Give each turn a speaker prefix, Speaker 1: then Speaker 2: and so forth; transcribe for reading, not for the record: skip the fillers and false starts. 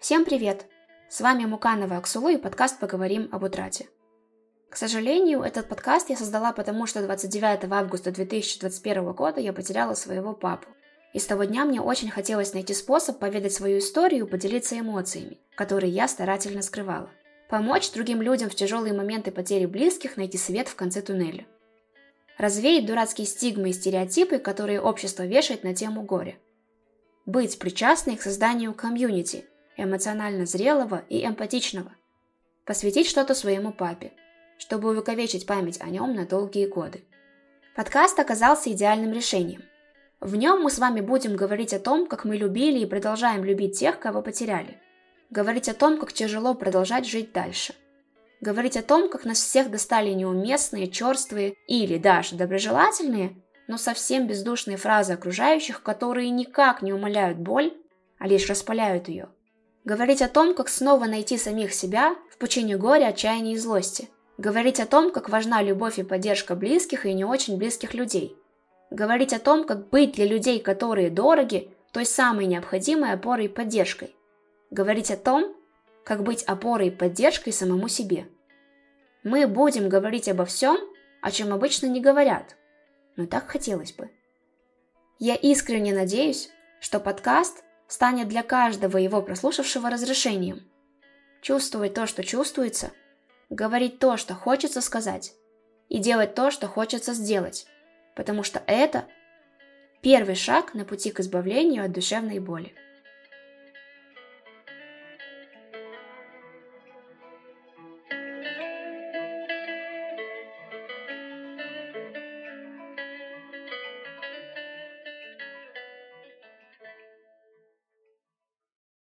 Speaker 1: Всем привет! С вами Муканова Аксулу и подкаст «Поговорим об утрате». К сожалению, этот подкаст я создала потому, что 29 августа 2021 года я потеряла своего папу. И с того дня мне очень хотелось найти способ поведать свою историю и поделиться эмоциями, которые я старательно скрывала. Помочь другим людям в тяжелые моменты потери близких найти свет в конце туннеля. Развеять дурацкие стигмы и стереотипы, которые общество вешает на тему горя. Быть причастной к созданию комьюнити, эмоционально зрелого и эмпатичного. Посвятить что-то своему папе, чтобы увековечить память о нем на долгие годы. Подкаст оказался идеальным решением. В нем мы с вами будем говорить о том, как мы любили и продолжаем любить тех, кого потеряли. Говорить о том, как тяжело продолжать жить дальше. Говорить о том, как нас всех достали неуместные, черствые или даже доброжелательные, но совсем бездушные фразы окружающих, которые никак не умаляют боль, а лишь распаляют ее. Говорить о том, как снова найти самих себя в пучине горя, отчаяния и злости. Говорить о том, как важна любовь и поддержка близких и не очень близких людей. Говорить о том, как быть для людей, которые дороги, той самой необходимой опорой и поддержкой. Говорить о том, как быть опорой и поддержкой самому себе. Мы будем говорить обо всем, о чем обычно не говорят, но так хотелось бы. Я искренне надеюсь, что подкаст станет для каждого его прослушавшего разрешением. Чувствовать то, что чувствуется, говорить то, что хочется сказать, и делать то, что хочется сделать, потому что это первый шаг на пути к избавлению от душевной боли.